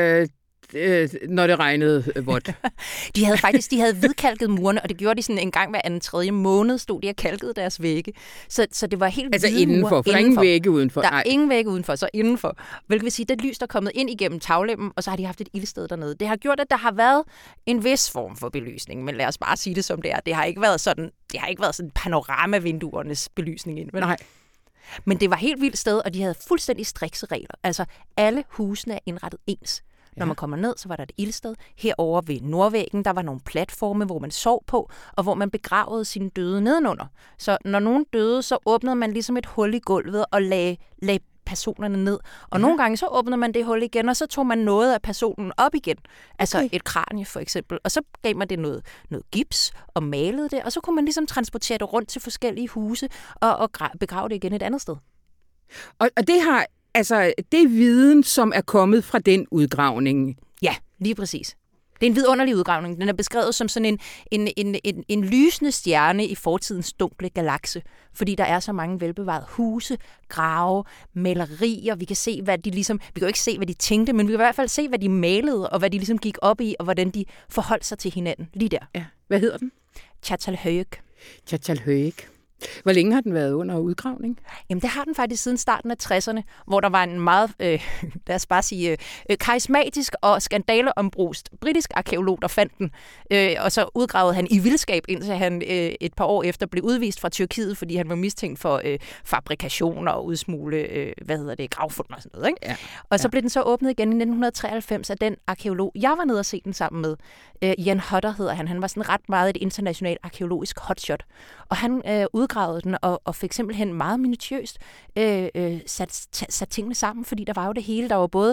når det regnede vådt. De havde hvidkalket murene, og det gjorde de sådan en gang hver anden tredje måned, stod de og kalkede deres vægge. Så det var helt altså indenfor, for der er ingen vægge udenfor. Der er ingen vægge udenfor, så indenfor. Hvilket vil sige, det lys, der er kommet ind igennem taglemmen, og så har de haft et ildsted dernede. Det har gjort, at der har været en vis form for belysning, men lad os bare sige det som det er. Det har ikke været sådan panoramavinduernes belysning ind. Nej. Men det var helt vildt sted, og de havde fuldstændig strikse regler. Altså, alle husene er indrettet ens. Når man kommer ned, så var der et ildsted. Herovre ved nordvæggen, der var nogle platforme, hvor man sov på, og hvor man begravede sine døde nedenunder. Så når nogen døde, så åbnede man ligesom et hul i gulvet og lagde personerne ned. Og nogle gange så åbnede man det hul igen, og så tog man noget af personen op igen. Altså et kranie for eksempel. Og så gav man det noget gips og malede det, og så kunne man ligesom transportere det rundt til forskellige huse og begrave det igen et andet sted. Og det har det er viden, som er kommet fra den udgravning. Ja, lige præcis. Det er en vidunderlig udgravning. Den er beskrevet som sådan en lysende stjerne i fortidens dunkle galakse, fordi der er så mange velbevarede huse, grave, malerier. Vi kan se, hvad de ligesom, vi kan jo ikke se, hvad de tænkte, men vi kan i hvert fald se, hvad de malede, og hvad de ligesom gik op i, og hvordan de forholdt sig til hinanden lige der. Ja. Hvad hedder den? Çatalhöyük. Çatalhöyük. Hvor længe har den været under udgravning? Jamen, det har den faktisk siden starten af 60'erne, hvor der var en meget, lad os bare sige, karismatisk og skandaleombrust britisk arkæolog, der fandt den. Og så udgravede han i vildskab, indtil han et par år efter blev udvist fra Tyrkiet, fordi han var mistænkt for fabrikationer og udsmule, gravfund og sådan noget. Ikke? Ja. Og så blev den så åbnet igen i 1993 af den arkæolog, jeg var nede og se den sammen med. Jan Hodder hedder han. Han var sådan ret meget et internationalt arkæologisk hotshot. Og han udgravede den og fik simpelthen meget minutiøst sat tingene sammen, fordi der var jo det hele. Der var både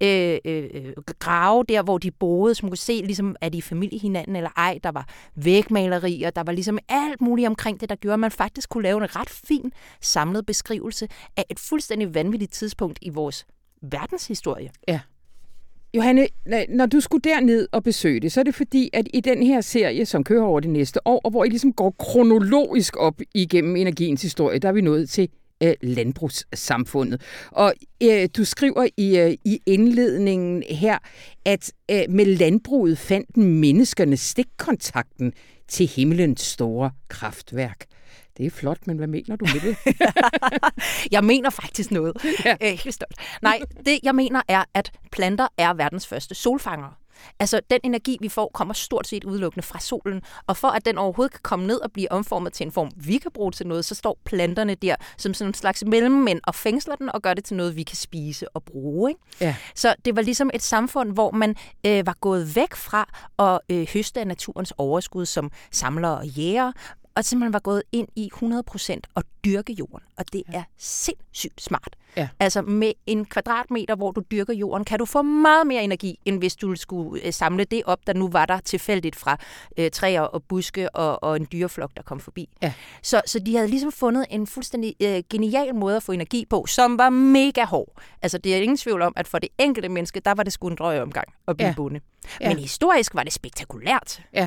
grave der, hvor de boede, som man kunne se, ligesom, er de i familie hinanden eller ej. Der var vægmalerier, der var ligesom alt muligt omkring det, der gjorde, at man faktisk kunne lave en ret fin samlet beskrivelse af et fuldstændig vanvittigt tidspunkt i vores verdenshistorie. Ja. Johanne, når du skulle derned og besøge det, så er det fordi, at i den her serie, som kører over det næste år, og hvor I ligesom går kronologisk op igennem energiens historie, der er vi nået til landbrugssamfundet. Og du skriver i indledningen her, at med landbruget fandt menneskerne stikkontakten til himmelens store kraftværk. Det er flot, men hvad mener du med det? Jeg mener faktisk noget. Ja. Helt stolt. Nej, det jeg mener er, at planter er verdens første solfangere. Altså, den energi, vi får, kommer stort set udelukkende fra solen. Og for at den overhovedet kan komme ned og blive omformet til en form, vi kan bruge til noget, så står planterne der som sådan en slags mellemmænd og fængsler den og gør det til noget, vi kan spise og bruge. Ikke? Ja. Så det var ligesom et samfund, hvor man var gået væk fra at høste af naturens overskud som samlere og jægere. og simpelthen var gået ind i 100% at dyrke jorden. Og det er sindssygt smart. Ja. Altså med en kvadratmeter, hvor du dyrker jorden, kan du få meget mere energi, end hvis du skulle samle det op, der nu var der tilfældigt fra træer og buske og en dyreflok, der kom forbi. Ja. Så de havde ligesom fundet en fuldstændig genial måde at få energi på, som var mega hård. Altså det er ingen tvivl om, at for det enkelte menneske, der var det sgu en drøjeomgang at blive bonde. Ja. Men historisk var det spektakulært. Ja.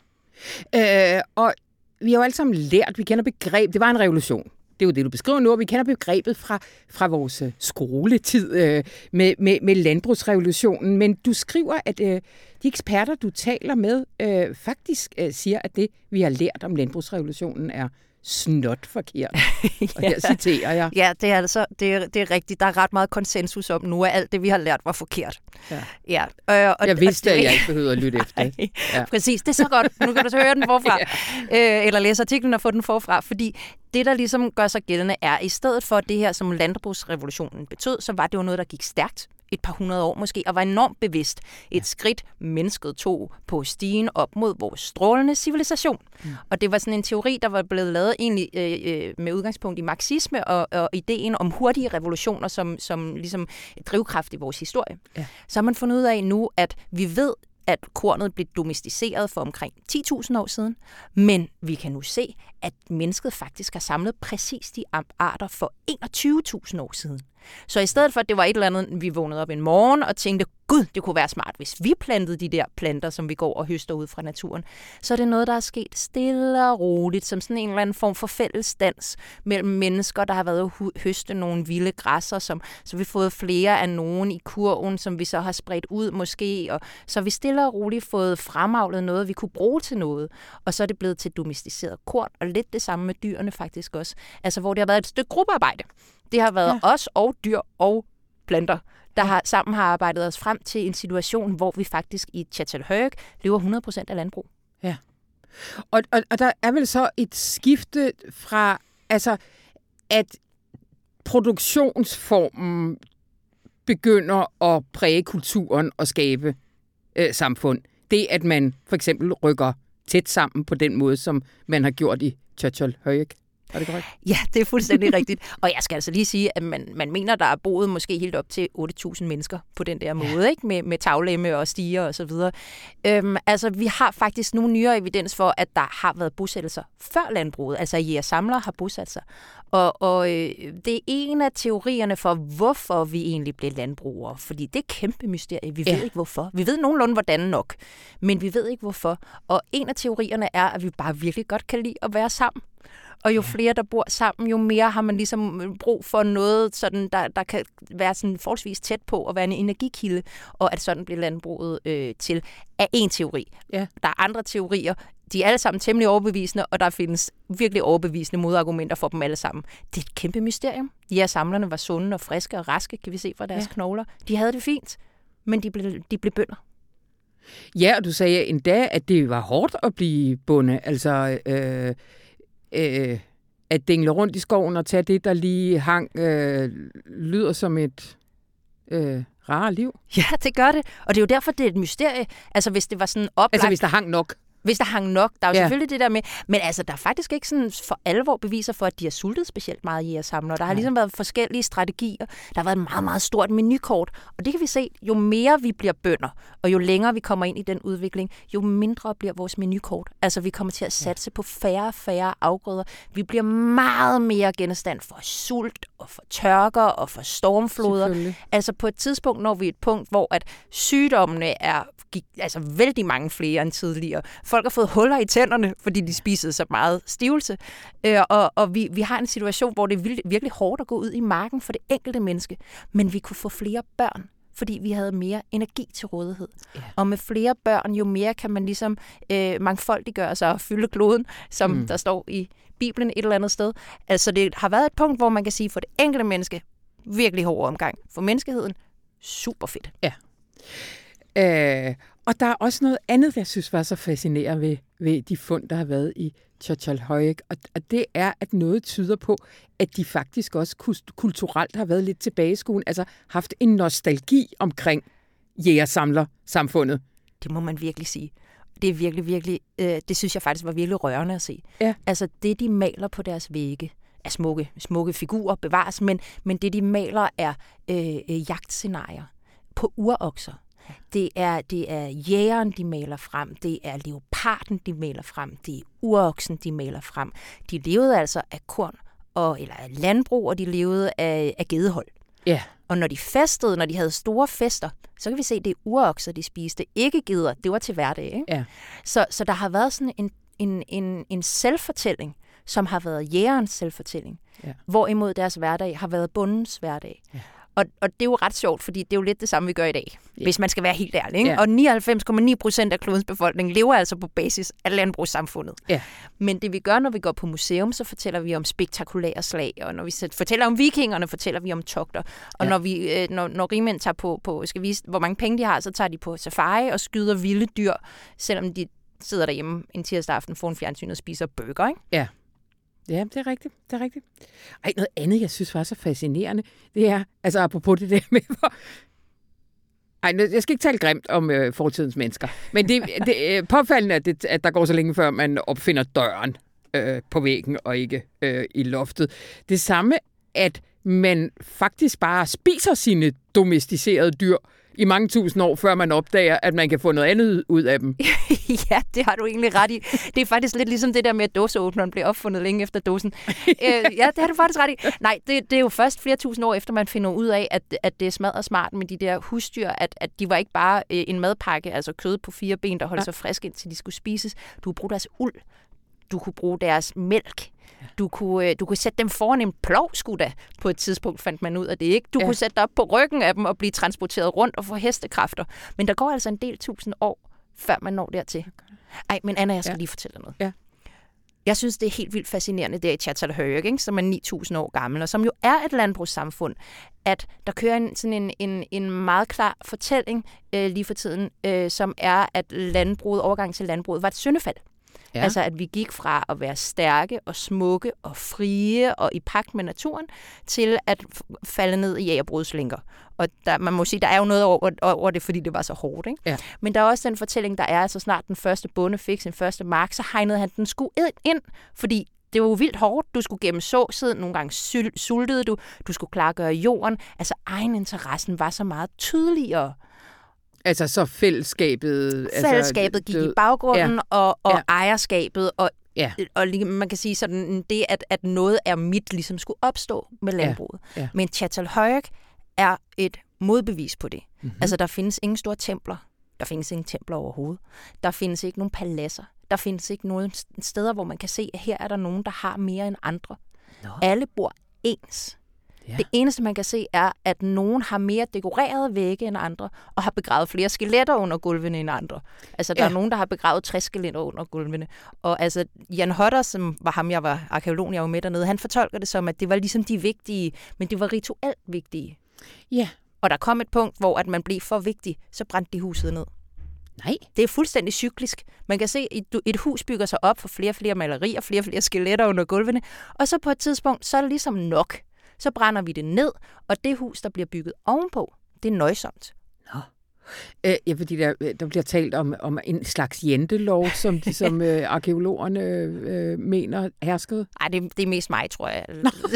Og vi har jo alle sammen lært, vi kender begreb, det var en revolution. Det er jo det, du beskriver nu, og vi kender begrebet fra vores skoletid med landbrugsrevolutionen. Men du skriver, at de eksperter, du taler med, faktisk siger, at det, vi har lært om landbrugsrevolutionen, er snot forkert. Og her citerer jeg. Ja, det er altså, det er rigtigt. Der er ret meget konsensus om nu, at alt det, vi har lært, var forkert. Ja. Og jeg vidste, at jeg ikke behøvede at lytte efter. Ja. Præcis, det er så godt. Nu kan du så høre den forfra. Eller læse artiklen og få den forfra. Fordi det, der ligesom gør sig gældende, er, at i stedet for det her, som landbrugsrevolutionen betød, så var det jo noget, der gik stærkt. Et par hundrede år måske, og var enormt bevidst. Et skridt, mennesket tog på stigen op mod vores strålende civilisation. Og det var sådan en teori, der var blevet lavet egentlig med udgangspunkt i marxisme og ideen om hurtige revolutioner som ligesom drivkraft i vores historie. Ja. Så har man fundet ud af nu, at vi ved, at kornet blev domesticeret for omkring 10.000 år siden, men vi kan nu se, at mennesket faktisk har samlet præcis de arter for 21.000 år siden. Så i stedet for, at det var et eller andet, vi vågnede op en morgen og tænkte, gud, det kunne være smart, hvis vi plantede de der planter, som vi går og høster ud fra naturen, så er det noget, der er sket stille og roligt, som sådan en eller anden form for fællesdans mellem mennesker, der har været at høste nogle vilde græsser, så vi har fået flere af nogen i kurven, som vi så har spredt ud måske, og så har vi stille og roligt fået fremavlet noget, vi kunne bruge til noget, og så er det blevet til domesticeret korn, og lidt det samme med dyrene faktisk også, altså hvor det har været et stykke gruppearbejde. Det har været os og dyr og planter, der sammen har arbejdet os frem til en situation, hvor vi faktisk i Çatalhöyük lever 100% af landbrug. Ja. Og der er vel så et skifte fra, altså, at produktionsformen begynder at præge kulturen og skabe samfund. Det, at man for eksempel rykker tæt sammen på den måde, som man har gjort i Çatalhöyük. Er det korrekt? Ja, det er fuldstændig rigtigt. Og jeg skal altså lige sige, at man mener, der er boet måske helt op til 8.000 mennesker på den der måde, ikke? Med taglemme og stiger og så videre. Altså, vi har faktisk nu nyere evidens for, at der har været bosættelser før landbruget. Altså, jægersamlere har bosat sig. Og det er en af teorierne for, hvorfor vi egentlig blev landbrugere. Fordi det er kæmpe mysterie. Vi ved ikke, hvorfor. Vi ved nogenlunde, hvordan nok. Men vi ved ikke, hvorfor. Og en af teorierne er, at vi bare virkelig godt kan lide at være sammen. Og jo flere, der bor sammen, jo mere har man ligesom brug for noget, sådan, der kan være sådan forholdsvis tæt på at være en energikilde, og at sådan bliver landbruget til, er en teori. Ja. Der er andre teorier, de er alle sammen temmelig overbevisende, og der findes virkelig overbevisende modargumenter for dem alle sammen. Det er et kæmpe mysterium. De her samlerne var sunde og friske og raske, kan vi se fra deres knogler. De havde det fint, men de blev bønder. Ja, og du sagde endda, at det var hårdt at blive bonde. Altså at dingle rundt i skoven og tage det, der lige hang, lyder som et rare liv. Ja, det gør det. Og det er jo derfor, det er et mysterie. Altså, hvis det var sådan oplagt... Altså, hvis der hang nok. Hvis der hang nok. Der er jo selvfølgelig det der med... Men altså, der er faktisk ikke sådan for alvor beviser for, at de har sultet specielt meget jægersamlere. Der har ligesom været forskellige strategier. Der har været et meget, meget stort menukort. Og det kan vi se, jo mere vi bliver bønder, og jo længere vi kommer ind i den udvikling, jo mindre bliver vores menukort. Altså, vi kommer til at satse på færre afgrøder. Vi bliver meget mere genstand for sult og for tørker og for stormfloder. Altså, på et tidspunkt når vi et punkt, hvor at sygdommene er vældig mange flere end tidligere. Folk har fået huller i tænderne, fordi de spisede så meget stivelse. Og vi har en situation, hvor det er virkelig hårdt at gå ud i marken for det enkelte menneske. Men vi kunne få flere børn, fordi vi havde mere energi til rådighed. Ja. Og med flere børn, jo mere kan man ligesom mangfoldiggøre sig og fylde kloden, som der står i Bibelen et eller andet sted. Altså det har været et punkt, hvor man kan sige, for det enkelte menneske, virkelig hård omgang. For menneskeheden, super fedt. Ja. Og der er også noget andet, jeg synes var så fascinerende ved de fund, der har været i Çatalhöyük, og det er, at noget tyder på, at de faktisk også kulturelt har været lidt tilbageskuende, altså haft en nostalgi omkring jægersamler-samfundet. Det må man virkelig sige. det er virkelig, virkelig, det synes jeg faktisk var virkelig rørende at se. Ja. Altså det, de maler på deres vægge, er smukke figurer, bevares, men det, de maler, er jagtscenarier på urokser. Det er jægeren, de maler frem. Det er leoparden, de maler frem. Det er uroksen, de maler frem. De levede altså af korn eller af landbrug, og de levede af gedehold. Ja. Og når de festede, når de havde store fester, så kan vi se, at det er urokser, de spiste. Ikke geder. Det var til hverdag. Ikke? Ja. Så der har været sådan en selvfortælling, som har været jægerens selvfortælling. Ja. Hvorimod deres hverdag har været bondens hverdag. Ja. Og det er jo ret sjovt, fordi det er jo lidt det samme, vi gør i dag, hvis man skal være helt ærlig. Ikke? Og 99,9% af klodens befolkning lever altså på basis af landbrugssamfundet. Ja. Men det vi gør, når vi går på museum, så fortæller vi om spektakulære slag, og når vi fortæller om vikingerne, fortæller vi om togter. Og når rigmænd tager på skal vise, hvor mange penge de har, så tager de på safari og skyder vilde dyr, selvom de sidder derhjemme en tirsdag aften foran fjernsynet og spiser burger, ikke? Ja. Ja, det er rigtigt. Ej, noget andet, jeg synes var så fascinerende, det er, altså apropos det der med, jeg skal ikke tale grimt om fortidens mennesker, men det er påfaldende, at der går så længe før, man opfinder døren på væggen og ikke i loftet. Det samme, at man faktisk bare spiser sine domesticerede dyr i mange tusind år, før man opdager, at man kan få noget andet ud af dem. Ja, det har du egentlig ret i. Det er faktisk lidt ligesom det der med, at dåseåbneren blev opfundet længe efter dåsen. Ja, det har du faktisk ret i. Nej, det er jo først flere tusind år efter, man finder ud af, at det er smadret smart med de der husdyr, at de var ikke bare en madpakke, altså kød på 4 ben, der holdt sig frisk, indtil de skulle spises. Du kunne bruge deres uld. Du kunne bruge deres mælk. Du kunne sætte dem foran en plov, da på et tidspunkt fandt man ud af det, ikke? Du kunne sætte dig op på ryggen af dem og blive transporteret rundt og få hestekræfter. Men der går altså en del tusind år, før man når dertil. Ej, men Anna, jeg skal lige fortælle dig noget. Ja. Jeg synes, det er helt vildt fascinerende, der i Çatalhöyük, ikke? Som er 9.000 år gammel, og som jo er et landbrugssamfund, at der kører en meget klar fortælling lige for tiden, som er, at overgang til landbruget var et syndefald. Ja. Altså, at vi gik fra at være stærke og smukke og frie og i pagt med naturen, til at falde ned i jægerbrudslinker. Og man må sige, der er jo noget over det, fordi det var så hårdt. Ikke? Ja. Men der er også den fortælling, der er, at så snart den første bonde fik sin første mark, så hegnede han den sgu ind, fordi det var jo vildt hårdt. Du skulle gennem såsiden, nogle gange sultede du, du skulle klargøre jorden. Altså, egeninteressen var så meget tydeligere. Altså så fællesskabet gik i baggrunden, og ejerskabet, og man kan sige sådan, det, at noget er mit, ligesom skulle opstå med landbruget. Ja. Ja. Men Çatalhöyük er et modbevis på det. Mm-hmm. Altså, der findes ingen store templer. Der findes ingen templer overhovedet. Der findes ikke nogen paladser. Der findes ikke nogen steder, hvor man kan se, at her er der nogen, der har mere end andre. Nå. Alle bor ens. Ja. Det eneste, man kan se, er, at nogen har mere dekorerede vægge end andre, og har begravet flere skeletter under gulvene end andre. Altså, der er nogen, der har begravet 60 skeletter under gulvene. Og altså, Jan Hodder, som var ham, jeg var arkeologen, jeg var med dernede, han fortolker det som, at det var ligesom de vigtige, men det var rituelt vigtige. Ja. Og der kom et punkt, hvor at man blev for vigtig, så brændte de huset ned. Nej. Det er fuldstændig cyklisk. Man kan se, at et hus bygger sig op for flere og flere malerier, flere og flere skeletter under gulvene, og så på et tidspunkt, så er det ligesom nok. Så brænder vi det ned, og det hus, der bliver bygget ovenpå, det er nøjsomt. Nå. Ja, fordi der bliver talt om en slags jentelov, som arkeologerne mener herskede. Nej, det er mest mig, tror jeg.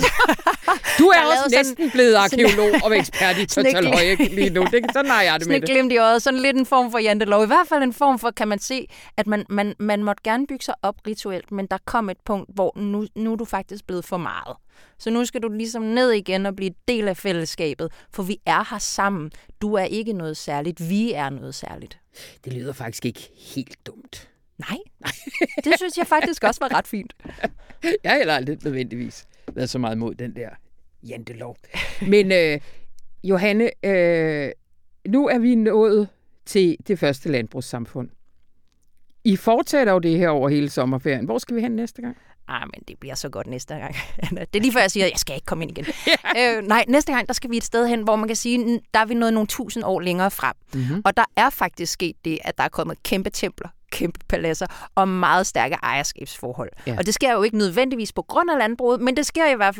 Du er også næsten blevet arkeolog og ekspert i Çatalhöyük lige nu. Sådan har jeg det med det. Glimt i øjet. Sådan lidt en form for jantelov. I hvert fald en form for, kan man se, at man måtte gerne bygge sig op rituelt, men der kom et punkt, hvor nu er du faktisk blevet for meget. Så nu skal du ligesom ned igen og blive del af fællesskabet, for vi er her sammen. Du er ikke noget særligt, vi er noget særligt. Det lyder faktisk ikke helt dumt. Nej, det synes jeg faktisk også var ret fint. Jeg har heller aldrig nødvendigvis været så meget mod den der jantelov. Men Johanne, nu er vi nået til det første landbrugssamfund. I fortsætter jo det her over hele sommerferien. Hvor skal vi hen næste gang? Men det bliver så godt næste gang. Det er lige før jeg siger, at jeg skal ikke komme ind igen. Nej, næste gang, der skal vi et sted hen, hvor man kan sige, der er vi nået nogle 1000 år længere frem. Mm-hmm. Og der er faktisk sket det, at der er kommet kæmpe templer, kæmpe paladser og meget stærke ejerskabsforhold. Ja. Og det sker jo ikke nødvendigvis på grund af landbruget, men det sker i hvert fald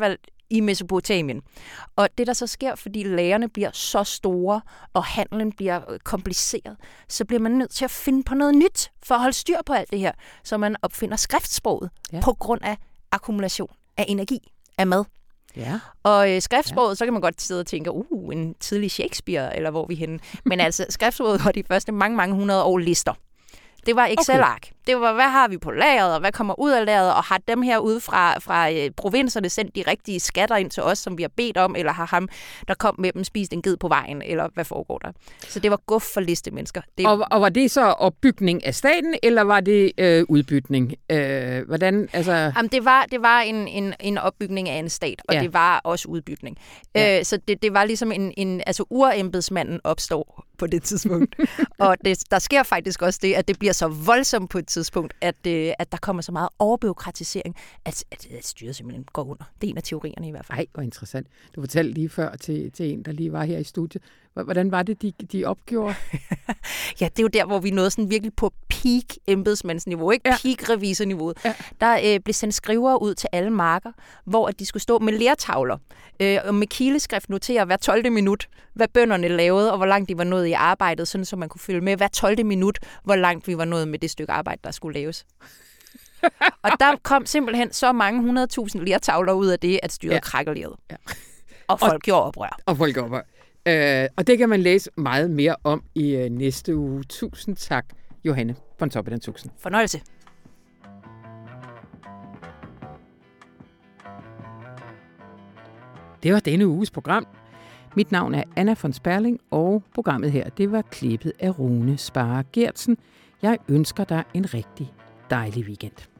i Mesopotamien. Og det, der så sker, fordi lagerne bliver så store, og handlen bliver kompliceret, så bliver man nødt til at finde på noget nyt for at holde styr på alt det her. Så man opfinder skriftsproget på grund af akkumulation af energi, af mad. Ja. Og skriftsproget, så kan man godt sidde og tænke, en tidlig Shakespeare, eller hvor er vi henne. Men altså, skriftsproget var de første mange hundrede år lister. Det var Excel-ark. Okay. Det var, hvad har vi på lageret, og hvad kommer ud af lageret, og har dem her ude fra provinserne sendt de rigtige skatter ind til os, som vi har bedt om, eller har ham, der kom med dem, spist en ged på vejen, eller hvad foregår der? Så det var guf for listemennesker. Og var det så opbygning af staten, eller var det udbytning? Hvordan, altså... Jamen, det var en opbygning af en stat, og det var også udbytning. Så det var ligesom altså urembedsmanden opstår på det tidspunkt. Og der sker faktisk også det, at det bliver så voldsomt på et tidspunkt, at der kommer så meget overbureaukratisering, at styret simpelthen går under. Det er en af teorierne i hvert fald. Ej, hvor interessant. Du fortalte lige før til en, der lige var her i studiet. Hvordan var det, de opgjorde? Ja, det er jo der, hvor vi nåede sådan virkelig på peak embedsmandsniveau, ikke? Peak revisorniveauet. Ja. Der blev sendt skrivere ud til alle marker, hvor de skulle stå med lertavler og med kileskrift notere hver 12. minut, hvad bønderne lavede, og hvor langt de var nået i arbejdet, sådan så man kunne følge med hver 12. minut, hvor langt vi var nået med det stykke arbejde, der skulle laves. Og der kom simpelthen så mange 100.000 lertavler ud af det, at styret krakkelerede. Ja. Og folk gjorde oprør. Og det kan man læse meget mere om i næste uge. Tusind tak, Johanne Pontoppidan-Tuxen. Fornøjelse. Det var denne uges program. Mit navn er Anna von Sperling, og programmet her, det var klippet af Rune Sparre Gertsen. Jeg ønsker dig en rigtig dejlig weekend.